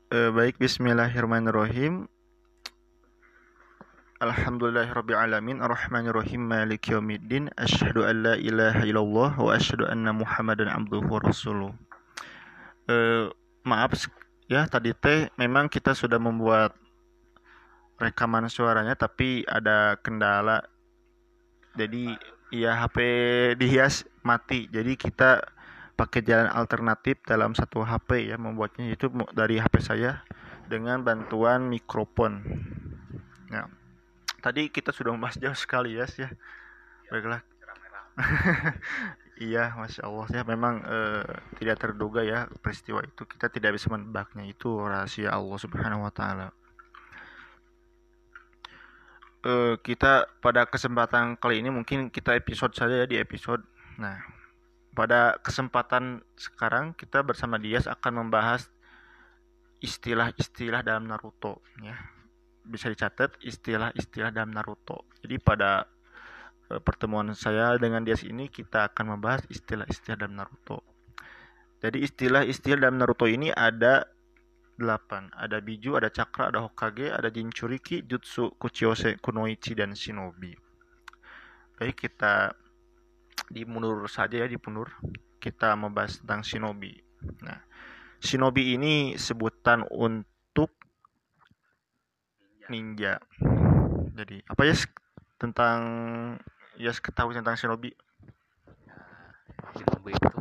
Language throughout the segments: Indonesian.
Baik, bismillahirrahmanirrahim. Alhamdulillahirrabbilalamin. Arrahmanirrahim. Maliki yaumiddin. Asyhadu an la ilaha illallah wa asyhadu anna Muhammadan abduhu wa rasuluh. Maaf ya, tadi teh memang kita sudah membuat rekaman suaranya tapi ada kendala. Jadi ya HP dihias mati. Jadi kita pakai jalan alternatif dalam satu HP ya, membuatnya itu dari HP saya dengan bantuan mikrofon. Nah, tadi kita sudah membahas jauh sekali ya. Baiklah. Iya, masya Allah ya, memang tidak terduga ya peristiwa itu, kita tidak bisa menebaknya, itu rahasia Allah Subhanahu Wa Taala. Kita pada kesempatan kali ini mungkin kita episode saja ya, di episode. Nah, pada kesempatan sekarang kita bersama Dias akan membahas istilah-istilah dalam Naruto ya. Bisa dicatat istilah-istilah dalam Naruto. Jadi pada pertemuan saya dengan Dias ini kita akan membahas istilah-istilah dalam Naruto. Jadi istilah-istilah dalam Naruto ini ada 8. Ada Biju, ada Cakra, ada Hokage, ada Jinchuriki, Jutsu, Kuchiyose, Kunoichi, dan Shinobi. Baik, kita dimundur saja ya, dipundur. Kita membahas tentang Shinobi. Nah, Shinobi ini sebutan untuk ninja. Jadi, apa ya tentang ya ketahui tentang Shinobi? Shinobi itu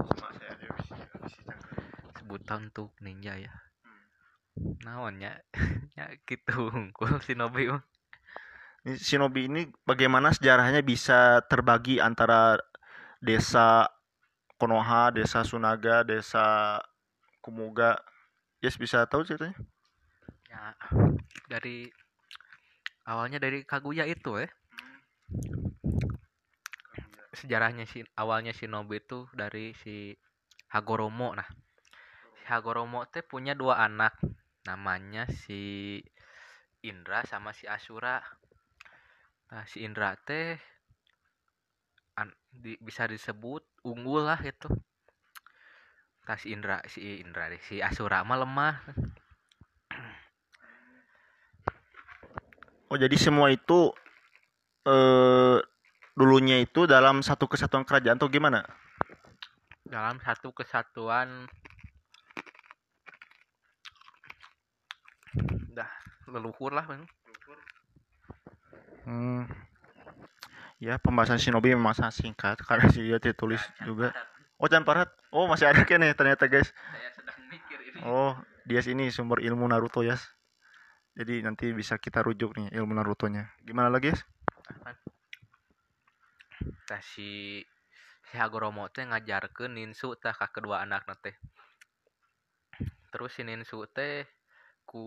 sebutan untuk ninja ya. Naonnya ya gitu unggul Shinobi. Shinobi ini bagaimana sejarahnya bisa terbagi antara desa Konoha, desa Sunaga, desa Kumuga. Yes, bisa tahu ceritanya? Ya, dari awalnya dari Kaguya itu sejarahnya awalnya Shinobi itu dari si Hagoromo. Nah, si Hagoromo teh punya dua anak, namanya si Indra sama si Asura. Nah, si Indra teh bisa disebut unggul lah gitu. Nah, si Asura mah lemah. Oh, jadi semua itu eh, dulunya itu dalam satu kesatuan kerajaan atau gimana? Dalam satu kesatuan udah leluhur lah. Hmm, ya pembahasan Shinobi memang sangat singkat karena dia ditulis juga. Oh, Chan Parhat. Oh, masih ada kan nih ternyata guys. Saya sedang mikir ini. Oh, dia sini sumber ilmu Naruto ya. Jadi nanti bisa kita rujuk nih ilmu Naruto-nya. Gimana lagi, guys? Tah si Hagoromo teh ngajarkeun ninsu tah ka kedua anak teh. Terus si ninsu teh ku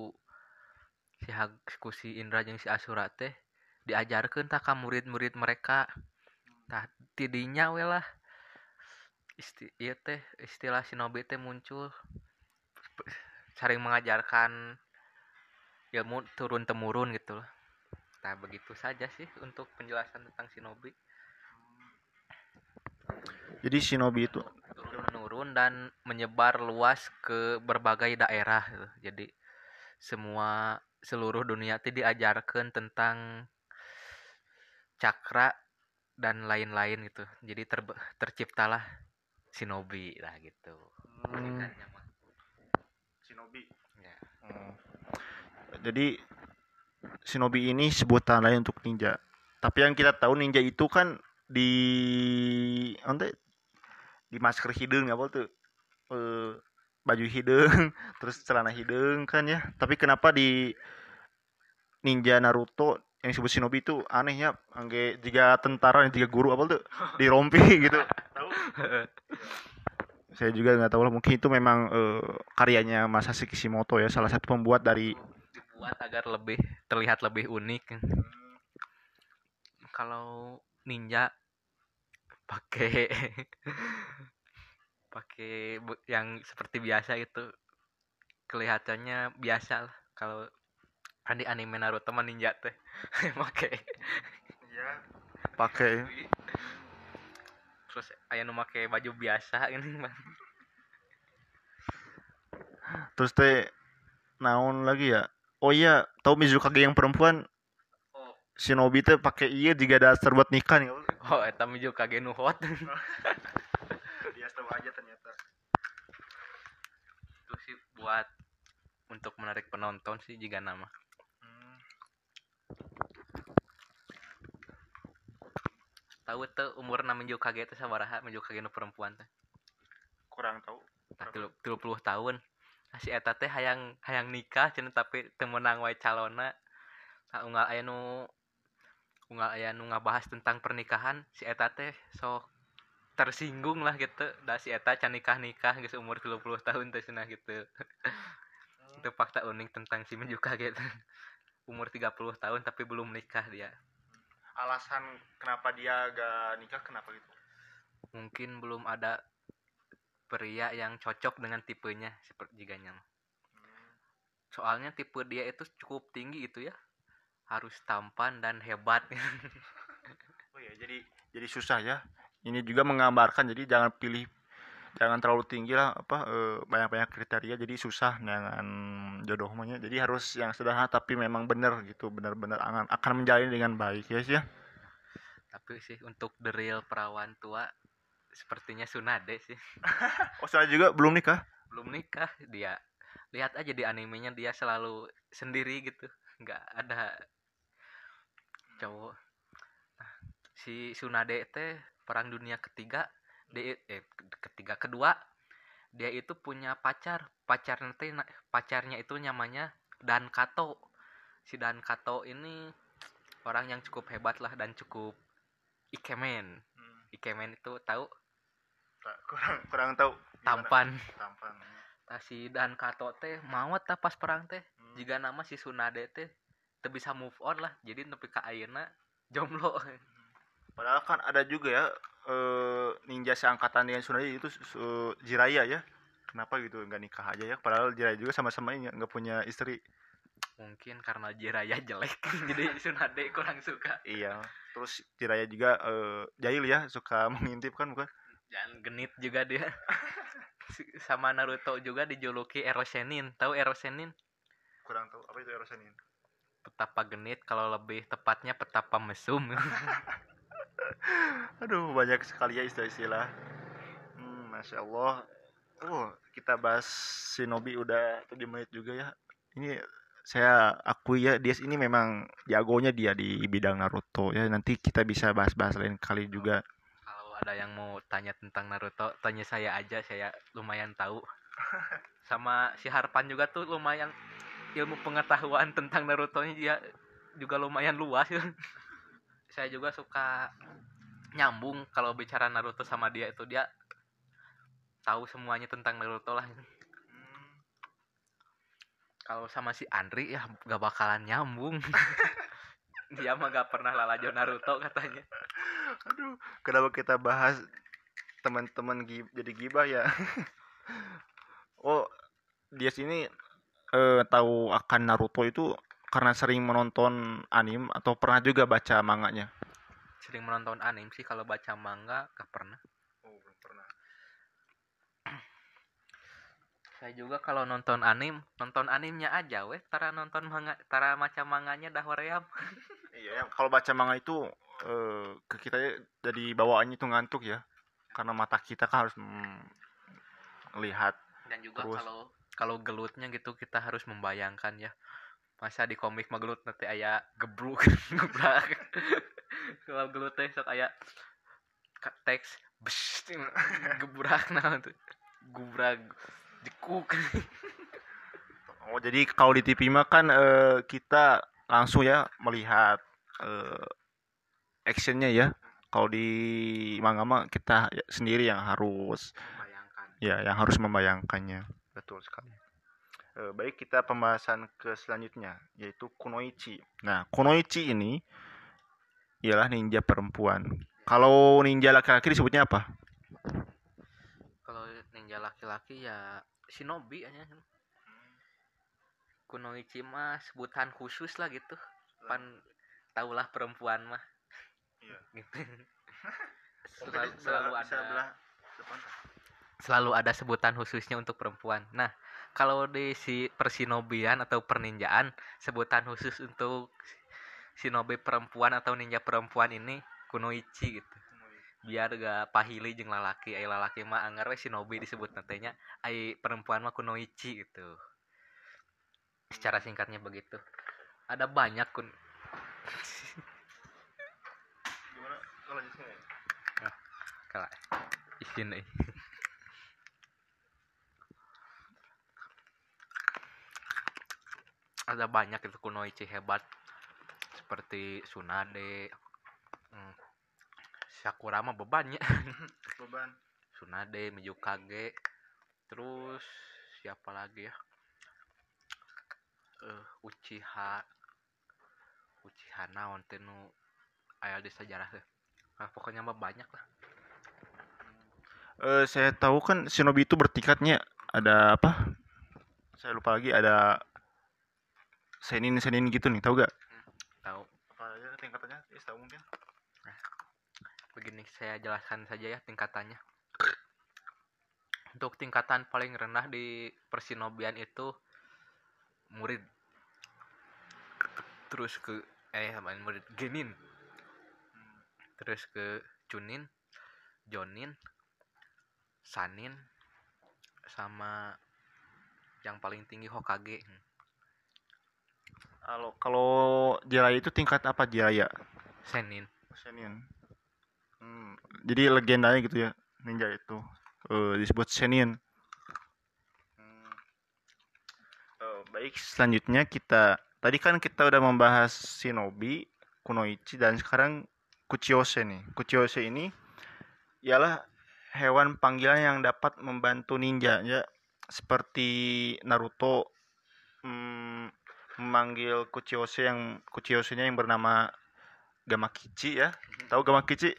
ku si Indra jeung si Asura teh diajarkeun tah ka murid-murid mereka. Tah tidinya we lah ieu teh istilah shinobi teh muncul, saling mengajarkan ilmu turun temurun gitu loh. Nah, begitu saja sih untuk penjelasan tentang shinobi. Jadi Shinobi itu Turun menurun dan menyebar luas ke berbagai daerah gitu. Jadi seluruh dunia teh diajarkan tentang cakra dan lain-lain gitu. Jadi terciptalah shinobi lah gitu. Shinobi. Ya. Jadi Shinobi ini sebutan lain untuk ninja. Tapi yang kita tahu ninja itu kan di ante di masker hidung apa tuh? Baju hidung, terus celana hidung kan ya. Tapi kenapa di ninja Naruto yang disebut Shinobi itu anehnya, angge jika tentara yang jika guru apa tuh di rompi gitu. Tahu? Saya juga nggak tahu lah, mungkin itu memang karyanya Masashi Kishimoto ya, salah satu pembuat dari Dibuat agar lebih terlihat lebih unik. Kalau ninja pakai pakai yang seperti biasa itu kelihatannya biasa lah. Kalau kan di anime Naruto mah ninja teh pakai pakai terus aya nu make baju biasa ini mah. terus teh naon lagi ya? Oh iya, tahu Mizukage yang perempuan Oh, Shinobi teh pakai iya jika dasar buat nikah nih. oh eta Mizukage nu hot. Dia tahu aja ternyata. Itu sih buat untuk menarik penonton sih jika nama. Tahu teh umurna Mizukage teh sabaraha Mizukage nu perempuan teh? Kurang tahu. Tah 30 tahun. Si eta teh hayang nikah cenah tapi teu meunang wae calonna. Tah unggal aya nu ngabahas tentang pernikahan si eta teh sok tersinggung lah gitu. Da si eta can nikah geus umur 30 tahun teh cenah gitu. Itu fakta unik tentang si Mizukage gitu. Umur 30 tahun tapi belum nikah dia. Alasan kenapa dia gak nikah kenapa gitu? Mungkin belum ada pria yang cocok dengan tipenya seperti jiganya. Soalnya tipe dia itu cukup tinggi itu ya. Harus tampan dan hebat. Oh ya, jadi susah ya. Ini juga menggambarkan jadi jangan terlalu tinggi lah banyak-banyak kriteria jadi susah dengan jodoh mahnya. Jadi harus yang sederhana tapi memang benar gitu, benar-benar akan menjalani dengan baik ya sih ya. Tapi sih untuk the real perawan tua sepertinya Tsunade sih. Oh, saya juga belum nikah. Belum nikah dia. Lihat aja di animenya dia selalu sendiri gitu. Nggak ada cowok. Nah, si Tsunade teh perang dunia ketiga kedua dia itu punya pacarnya itu namanya Dan Kato. Si Dan Kato ini orang yang cukup hebat lah dan cukup ikemen. Ikemen itu tahu Kurang tahu. tampan. Tampan. Tah si Dan Kato teh maot tah pas perang teh. Jika nama si Tsunade teh teu bisa move on lah. Jadi nepi ka ayeuna jomblo. Padahal kan ada juga ya ninja seangkatan dengan Tsunade itu Jiraiya ya. Kenapa gitu nggak nikah aja ya? Padahal Jiraiya juga sama-sama nggak punya istri. Mungkin karena Jiraiya jelek jadi Tsunade kurang suka. Iya. Terus Jiraiya juga jahil ya, suka mengintip kan bukan? Dan genit juga dia. Sama Naruto juga dijuluki Erosenin. Tahu Erosenin? Kurang tahu apa itu Erosenin. Petapa genit, kalau lebih tepatnya petapa mesum. Aduh, banyak sekali ya istilah-istilah. Masya Allah. Kita bahas Shinobi udah 7 menit juga ya. Ini saya akui ya, dia ini memang jagonya dia di bidang Naruto ya. Nanti kita bisa bahas-bahas lain kali juga. Kalau ada yang mau tanya tentang Naruto, tanya saya aja, saya lumayan tahu. Sama si Harpan juga tuh lumayan ilmu pengetahuan tentang Naruto-nya dia juga lumayan luas. Saya juga suka nyambung kalau bicara Naruto sama dia itu, dia tahu semuanya tentang Naruto lah. Kalau sama si Andri ya gak bakalan nyambung. Dia mah gak pernah lalajo Naruto katanya. Aduh, kenapa kita bahas teman-teman jadi gibah ya? Oh, dia sini tahu akan Naruto itu karena sering menonton anime atau pernah juga baca manganya? Sering menonton anime sih, kalau baca manga gak pernah. Oh, belum pernah. Saya juga kalau nonton animenya aja weh, tara nonton manga, tara maca manganya dah hoream. Iya, kalau baca manga itu ke kita jadi bawaannya itu ngantuk ya. Karena mata kita kan harus melihat. Dan juga terus kalau gelutnya gitu kita harus membayangkan ya. Masa di komik mah gelut nanti aya gebruk gebrak. Kalau gelut teh sok aya teks gebrak nah tuh. Gubrak jekuk. Oh, jadi kalau di TV mah kan kita langsung ya melihat actionnya ya. Kalau di manga mah kita sendiri yang harus Bayangkan. ya, yang harus membayangkannya. Betul sekali. Baik, kita pembahasan ke selanjutnya yaitu kunoichi. Nah, kunoichi ini ialah ninja perempuan. Kalau ninja laki-laki disebutnya apa? Kalau ninja laki-laki ya shinobi aja. Kunoichi mah sebutan khusus lah gitu. Pan tahulah perempuan mah. Iya. Gitu. Selalu Bisa ada sebutan khususnya untuk perempuan. Nah, Kalau di persinobian atau perninjaan, sebutan khusus untuk shinobi perempuan atau ninja perempuan ini kunoichi gitu. Biar gak pahili jeung lalaki. Ai lalaki mah anggar we shinobi disebut nantinya, ai perempuan mah kunoichi gitu. Secara singkatnya begitu. Ada banyak Gimana kalau lanjutnya? Kala izin euy. Ada banyak itu kunoichi hebat seperti Tsunade, Sakura mah bebannya. Beban. Tsunade, Mizukage, terus siapa lagi ya? Uchiha naon teh nu aya di sejarah teh. Nah, pokoknya mah banyak lah. Saya tahu kan shinobi itu bertingkatnya. Ada apa? Saya lupa lagi, ada senin gitu nih, tahu gak? Tahu. Apa aja tingkatannya? Tahu mungkin. Begini saya jelaskan saja ya tingkatannya. Untuk tingkatan paling rendah di persinobian itu murid. Terus ke murid genin. Terus ke chunin, jonin, sanin, sama yang paling tinggi Hokage. Kalau Jiraiya itu tingkat apa Jiraiya? Senin. Senin. Jadi legendanya gitu ya ninja itu disebut Senin. Baik, selanjutnya tadi kan kita udah membahas shinobi, kunoichi, dan sekarang kuchiyose nih. Kuchiyose ini ialah hewan panggilan yang dapat membantu ninja ya, seperti Naruto memanggil kuchiyose-nya yang bernama Gamakichi ya. Tahu Gamakichi?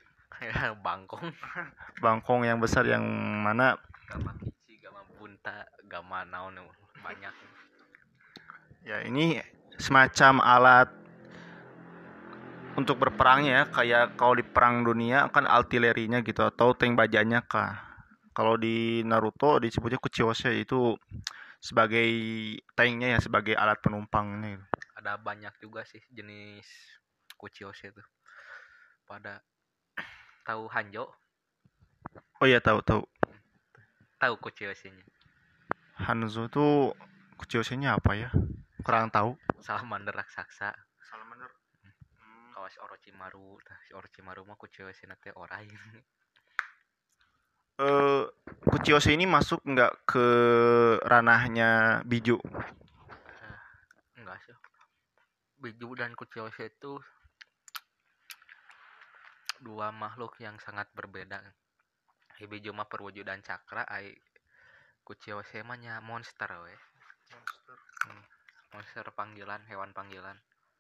Bangkong yang besar yang mana Gamakichi, Gamabunta, Gama naon banyak. Ya, ini semacam alat untuk berperangnya ya, kayak kalau di perang dunia kan artilerinya gitu atau tank bajanya kah. Kalau di Naruto disebutnya kuchiyose, itu sebagai tanknya ya, sebagai alat penumpangnya gitu. Ada banyak juga sih jenis kuchiyose itu. Pada tahu Hanjo? Oh iya, tahu. Tahu kuchiyose-nya? Hanzo tuh kuchiyose-nya apa ya? Kurang tahu. Salamander raksasa. Salamander. Kawas Orochimaru. Si Orochimaru mah kuchiyose-na teh orai. Kuchiyose ini masuk nggak ke ranahnya Biju? Enggak sih. Biju dan kuchiyose itu dua makhluk yang sangat berbeda. Biju mah perwujudan cakra, kuchiyose mah nya monster we. Monster panggilan, hewan panggilan.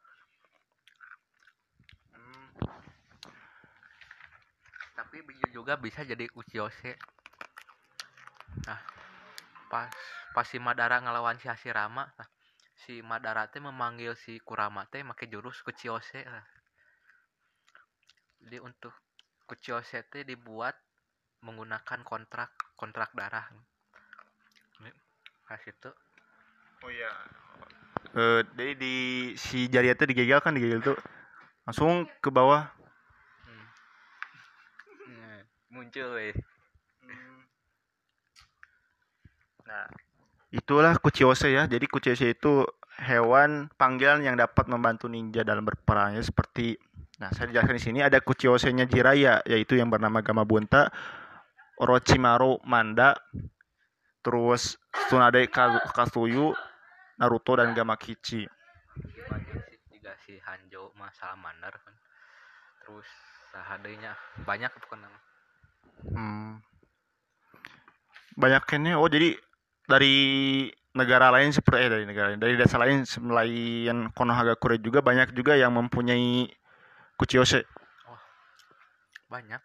Tapi Biju juga bisa jadi kuchiyose. Nah, pas si Madara ngelawan si Hashirama, si Madara teh memanggil si Kurama teh make jurus kuchiyose. Jadi untuk kuchiyose teh dibuat menggunakan kontrak darah. Pas itu. Oh iya. Jadi di si Jiraiya tuh digigil tuh langsung ke bawah. Muncul Nah, itulah kuchiyose ya. Jadi kuchiyose itu hewan panggilan yang dapat membantu ninja dalam berperang ya, seperti saya jelaskan di sini ada kuchiyose-nya Jiraiya, yaitu yang bernama Gamabunta, Orochimaru Manda, terus Tsunade Katsuyu, Naruto, dan Gamakichi. Banyak sih, juga si Hanjo mah Salamander kan. Terus sahadenya banyak bukan nama. Banyak kayaknya. Oh, jadi dari negara lain dari desa lain selain Konohagakure juga banyak juga yang mempunyai kuchiyose. Oh, banyak.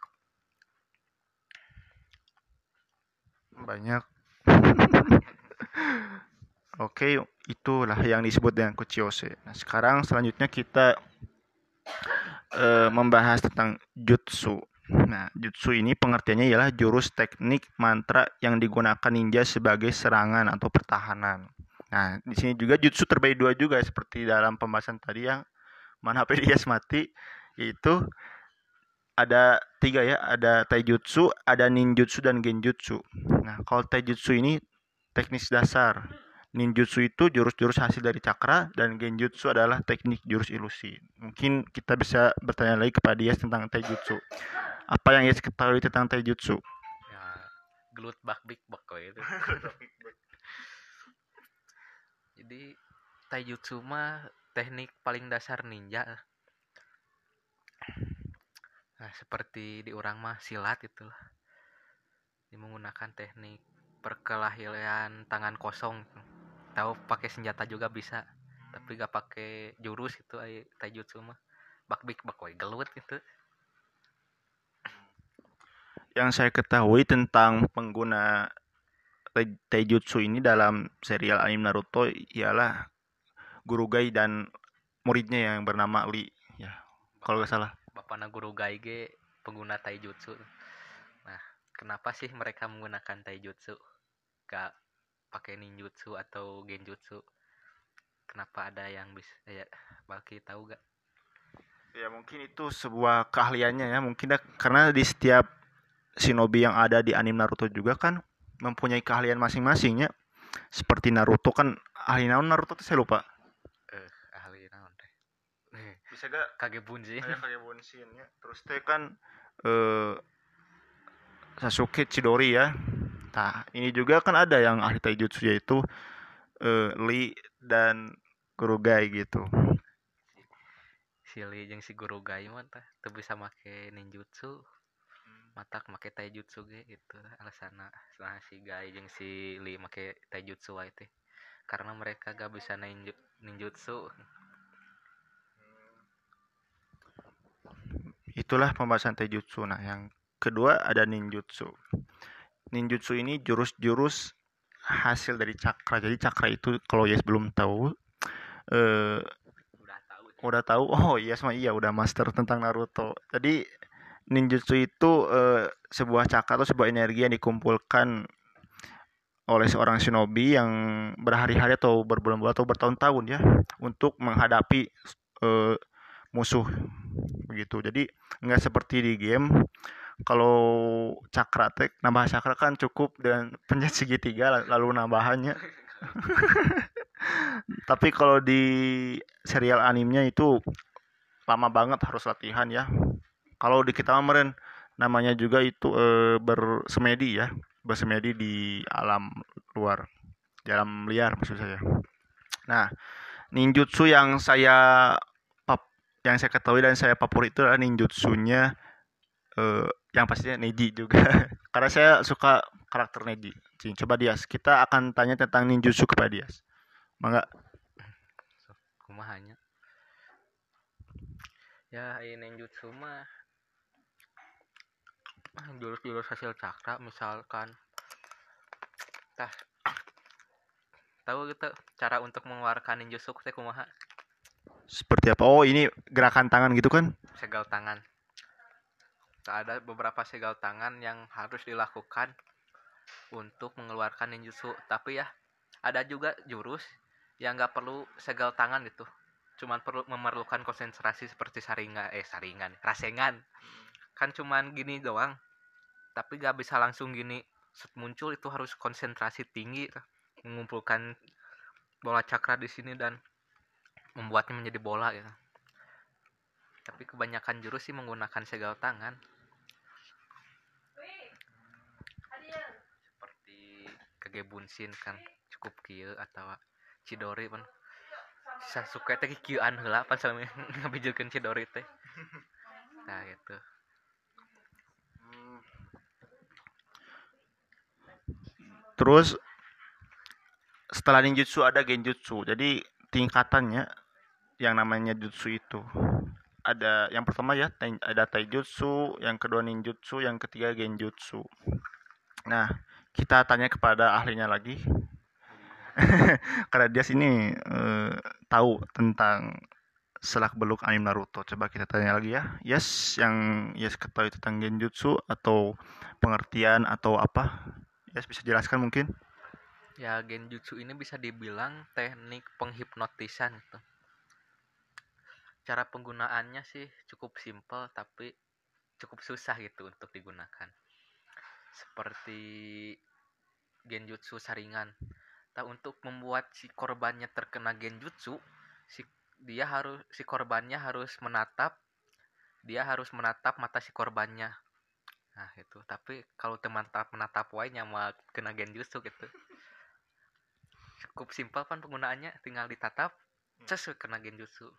Oke, itulah yang disebut dengan kuchiyose. Nah, sekarang selanjutnya kita membahas tentang jutsu. Nah, jutsu ini pengertiannya ialah jurus teknik mantra yang digunakan ninja sebagai serangan atau pertahanan. Nah, di sini juga jutsu terbagi dua juga seperti dalam pembahasan tadi yang mana Pedias mati, yaitu ada 3 ya, ada taijutsu, ada ninjutsu dan genjutsu. Nah, kalau taijutsu ini teknis dasar. Ninjutsu itu jurus-jurus hasil dari cakra dan genjutsu adalah teknik jurus ilusi. Mungkin kita bisa bertanya lagi kepada Dias tentang taijutsu. Apa yang Dias ketahui tentang taijutsu? Ya, gelut bak big bak itu. Jadi taijutsu mah teknik paling dasar ninja. Nah, seperti di orang mah silat itulah. Dia menggunakan teknik perkelahian tangan kosong. Tahu pakai senjata juga bisa, tapi gak pakai jurus itu taijutsu mah. Bakbik bakoy gelut gitu. Yang saya ketahui tentang pengguna taijutsu ini dalam serial anime Naruto ialah Guru Gai dan muridnya yang bernama Lee ya. Kalau nggak salah. Bapakna Guru Gai ge pengguna taijutsu. Nah, kenapa sih mereka menggunakan taijutsu? Gak pakai ninjutsu atau genjutsu? Kenapa ada yang bisa ya, Baki tahu gak? Ya mungkin itu sebuah keahliannya ya, mungkin karena di setiap shinobi yang ada di anime Naruto juga kan mempunyai keahlian masing-masingnya. Seperti Naruto kan ahli naon Naruto tuh saya lupa. Ahli naon teh? Bisa gak Kagebunshi. Kagebunshi ya. Terus teh kan Sasuke Chidori ya. Nah, ini juga kan ada yang ahli taijutsu yaitu Lee dan Guru Gai gitu. Si Lee jeung si Guru Gai mah teh teu bisa make ninjutsu. Matak make taijutsu ge gitu alasanna. Nah, si Gai jeung si Lee make taijutsu wae teh. Karena mereka gak bisa ninjutsu. Itulah pembahasan taijutsu. Nah, yang kedua ada ninjutsu. Ninjutsu ini jurus-jurus hasil dari cakra. Jadi cakra itu kalau Yes belum tahu udah tahu. Oh Yes mah iya udah master tentang Naruto. Jadi ninjutsu itu sebuah cakra atau sebuah energi yang dikumpulkan oleh seorang shinobi yang berhari-hari atau berbulan-bulan atau bertahun-tahun ya untuk menghadapi musuh begitu. Jadi nggak seperti di game. Kalau cakra tek nambah cakra kan cukup dengan pencet segitiga lalu nambahannya. Tapi kalau di serial animenya itu lama banget harus latihan ya. Kalau di kita kemarin namanya juga itu bersemedi ya, bersemedi di alam luar, di alam liar maksud saya. Nah, ninjutsu yang saya ketahui dan saya favorit itu adalah ninjutsunya yang pastinya Neji juga. Karena saya suka karakter Neji. Coba Dias, kita akan tanya tentang ninjutsu kepada Dias. Mangga. Kumahanya. Ya, ini ninjutsu mah jurus-jurus hasil cakra misalkan. Tahu gitu cara untuk mengeluarkan ninjutsu teh kumaha? Seperti apa? Oh, ini gerakan tangan gitu kan? Segal tangan. Ada beberapa segal tangan yang harus dilakukan untuk mengeluarkan ninjutsu. Tapi ya, ada juga jurus yang nggak perlu segal tangan gitu. Cuman perlu memerlukan konsentrasi seperti rasengan. Kan cuman gini doang. Tapi nggak bisa langsung gini muncul, itu harus konsentrasi tinggi mengumpulkan bola cakra di sini dan membuatnya menjadi bola gitu. Tapi kebanyakan jurus sih menggunakan segal tangan. Seperti Kagebunshi kan cukup kieu atau Chidori pan Sasuke teh kieuan heula pan sampe ngabijilkeun Chidori teh. Nah gitu. Terus setelah ninjutsu ada genjutsu. Jadi tingkatannya yang namanya jutsu itu ada yang pertama ya ada taijutsu, yang kedua ninjutsu, yang ketiga genjutsu. Nah, kita tanya kepada ahlinya lagi. Karena dia sini tahu tentang selak beluk anime Naruto. Coba kita tanya lagi ya. Yes, yang Yes ketahui tentang genjutsu atau pengertian atau apa? Yes, bisa jelaskan mungkin? Ya, genjutsu ini bisa dibilang teknik penghipnotisan gitu. Cara penggunaannya sih cukup simpel tapi cukup susah gitu untuk digunakan. Seperti genjutsu saringan. Untuk membuat si korbannya terkena genjutsu, si korbannya harus menatap mata si korbannya. Nah, itu. Tapi kalau teman menatap wae mah kena genjutsu gitu. Cukup simpel kan penggunaannya, tinggal ditatap, kena genjutsu.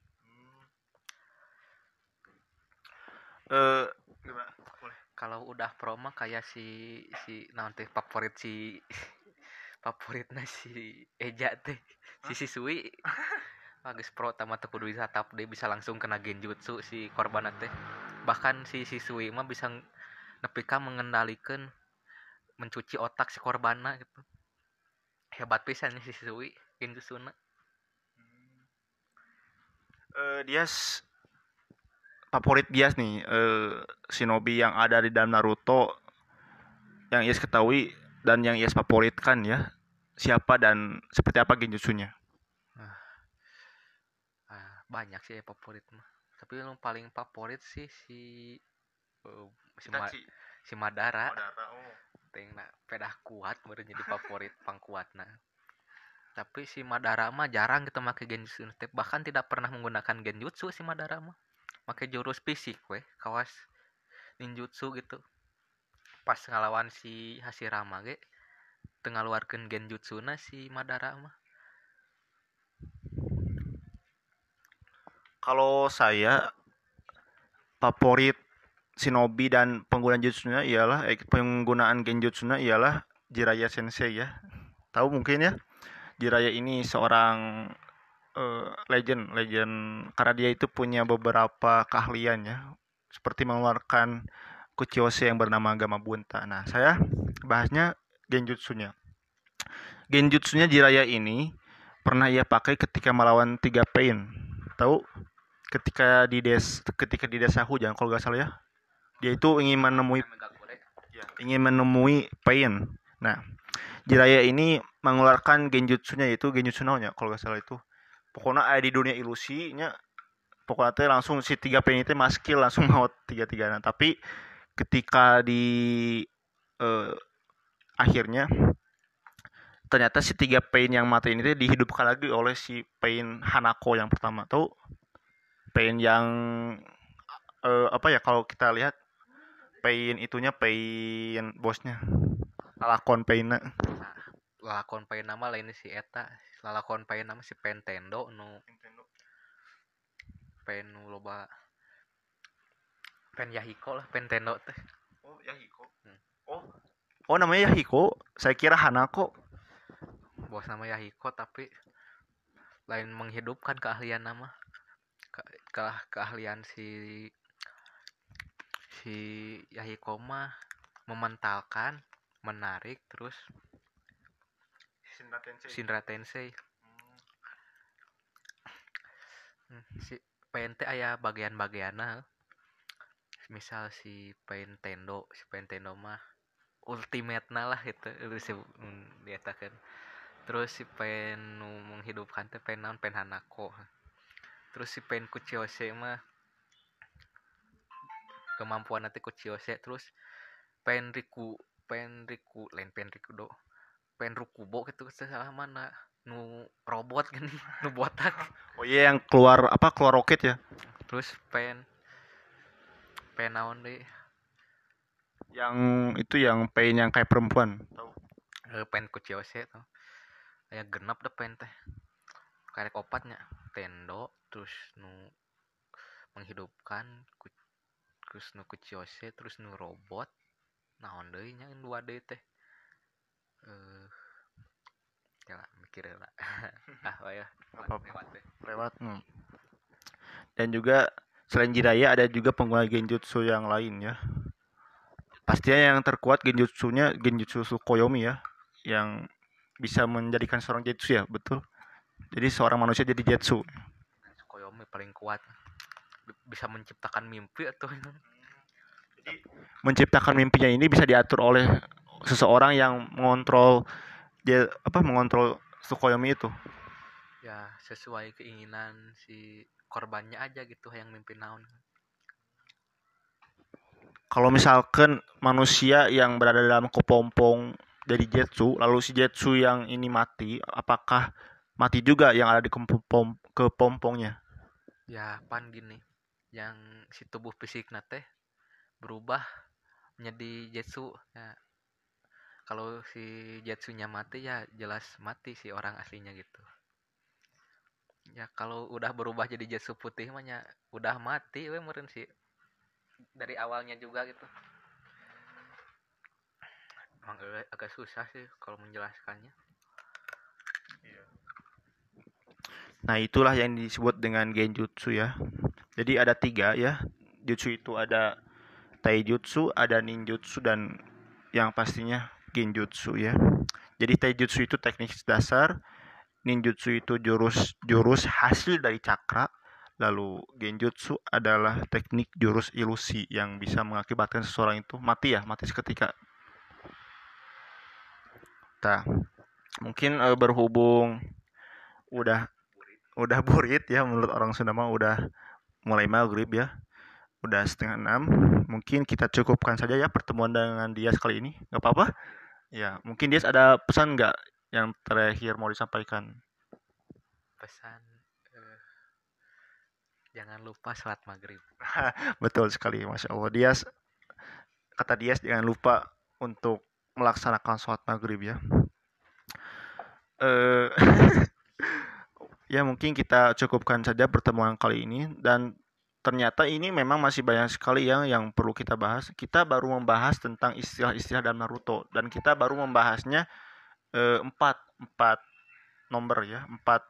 Gimana? Boleh. Kalau udah pro mah kayak si nanti favorit favoritnya si Eja teh, si Sisui. Bagus pro tamat teu kudu ditatap, dia bisa langsung kena genjutsu si korban teh. Bahkan si Sisui mah bisa nepika mengendalikan mencuci otak si korbanna gitu. Hebat pisan si Sisui genjutsuna. Dia favorit Dias nih, shinobi yang ada di dalam Naruto yang Yes ketahui dan yang Yes favoritkan ya, siapa dan seperti apa genjutsunya? Banyak sih ya favorit mah, tapi yang paling favorit sih si Madara. Tengna pedah kuat baru jadi favorit pangkuatna. Tapi si Madara mah jarang kita make genjutsu, bahkan tidak pernah menggunakan genjutsu si Madara mah. Make jurus fisik kawas ninjutsu gitu. Pas ngelawan si Hashirama ge teu ngaluarkeun genjutsuna si Madara mah. Kalau saya favorit shinobi dan penggunaan jutsunya ialah penggunaan genjutsunya ialah Jiraiya Sensei ya. Tahu mungkin ya? Jiraiya ini seorang legend karena dia itu punya beberapa keahlian ya, seperti mengeluarkan Kuchiyose yang bernama Gamabunta. Nah, saya bahasnya genjutsunya. Genjutsunya Jiraiya ini pernah ia pakai ketika melawan 3 Pain. Tahu? Ketika di desa hujan kalau nggak salah ya. Dia itu ingin menemui Pain. Nah, Jiraiya ini mengeluarkan genjutsunya, yaitu genjutsu naonnya kalau nggak salah itu. Pokoknya ada di dunia ilusinya, pokoknya teh langsung si 3 Pain itu maskil langsung maut 3-3. Nah, tapi ketika di akhirnya ternyata si 3 Pain yang mati ini dihidupkan lagi oleh si Pain Hanako yang pertama. Tahu? Pain yang apa ya, kalau kita lihat Pain itunya, Pain bosnya, lalakon Painna. Lalakon Pain nama lain si eta. Lalakon Pain nama si Pentendo nu Pen nu loba Pen Yahiko lah Pentendo teh. Oh, Yahiko. Oh, namanya Yahiko. Saya kira Hanako. Bos nama Yahiko tapi lain menghidupkan keahlian nama. Keahlian si Yahiko mah mementalkan, menarik, terus Shinra Tensei. Si PNT aya bagian-bagianna. Misal si Pentendo mah ultimate lah itu diatakan. Terus si Pen menghidupkan teh Pen Hanako. Terus si Pen Kuchiyose mah kemampuan nanti Kuchiyose. Terus Pen Riku lain Pen Rikudo, Pen Rukubo gitu salah mana nu robot gini nu botak. Oh iya, yang keluar roket ya. Terus Pen naon deh yang itu, yang Pain yang kayak perempuan. Tahu? Pen Kuchiyose tuh aya genep deh Pen teh karek opatnya Tendo, terus nu menghidupkan, terus nu Kuchiyose, terus nu robot. Naon deui nya 2D teh ya lah mikir lah. Ya lewat. Dan juga selain Jiraiya ada juga pengguna genjutsu yang lain ya. Pastinya yang terkuat genjutsunya genjutsu Tsukuyomi ya, yang bisa menjadikan seorang jetsu ya, betul. Jadi seorang manusia jadi jetsu. Tsukuyomi paling kuat. Bisa menciptakan mimpi atau Jadi menciptakan mimpinya ini bisa diatur oleh seseorang yang mengontrol mengontrol Tsukuyomi itu. ya sesuai keinginan si korbannya aja gitu yang mimpi naon. Kalau misalkan manusia yang berada dalam kepompong dari Jetsu, lalu si Jetsu yang ini mati, apakah mati juga yang ada di kepompongnya? Ya pan gini, yang si tubuh fisik teh berubah menjadi Jetsu. Ya, kalau si Jetsunya mati ya jelas mati si orang aslinya gitu. Ya kalau udah berubah jadi Jetsu putih mah ya udah mati we meureun sih dari awalnya juga gitu. Emang agak susah sih kalau menjelaskannya. Nah itulah yang disebut dengan genjutsu ya. Jadi ada 3 ya. Jutsu itu ada taijutsu, ada ninjutsu, dan yang pastinya genjutsu ya. Jadi taijutsu itu teknik dasar, ninjutsu itu jurus hasil dari cakra, lalu genjutsu adalah teknik jurus ilusi yang bisa mengakibatkan seseorang itu mati seketika. Nah, mungkin berhubung udah burit ya, menurut orang Sunda mah udah mulai maghrib ya, udah 5:30. Mungkin kita cukupkan saja ya pertemuan dengan Dias kali ini, nggak apa-apa ya. Mungkin Dias ada pesan nggak yang terakhir mau disampaikan? Pesan jangan lupa sholat maghrib. Betul sekali, Masya Allah. Kata Dias jangan lupa untuk melaksanakan sholat maghrib ya. Ya mungkin kita cukupkan saja pertemuan kali ini, dan ternyata ini memang masih banyak sekali yang perlu kita bahas. Kita baru membahas tentang istilah-istilah dalam Naruto, dan kita baru membahasnya 4 nomor ya, 4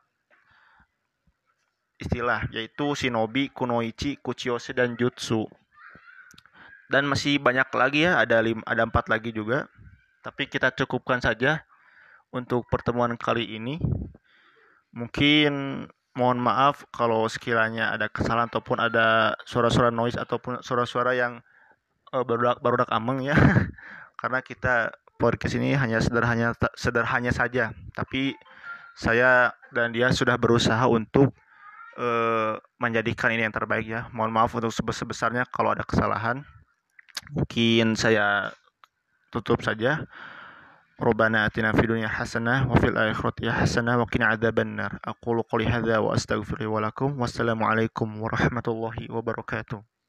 istilah, yaitu shinobi, kunoichi, kuchiyose, dan jutsu. Dan masih banyak lagi ya, ada 4 lagi juga. Tapi kita cukupkan saja untuk pertemuan kali ini. Mungkin mohon maaf kalau sekiranya ada kesalahan ataupun ada suara-suara noise ataupun suara-suara yang barudak ameng ya. Karena kita podcast ini hanya sederhana saja, tapi saya dan dia sudah berusaha untuk menjadikan ini yang terbaik ya. Mohon maaf untuk sebesar-besarnya kalau ada kesalahan. Mungkin saya tutup saja. Rabbana atina fid dunya hasanah wa fil akhirati hasanah wa qina adzabannar. Aqulu qouli hadza wa astaghfiru wa lakum. Wassalamu alaikum warahmatullahi wabarakatuh.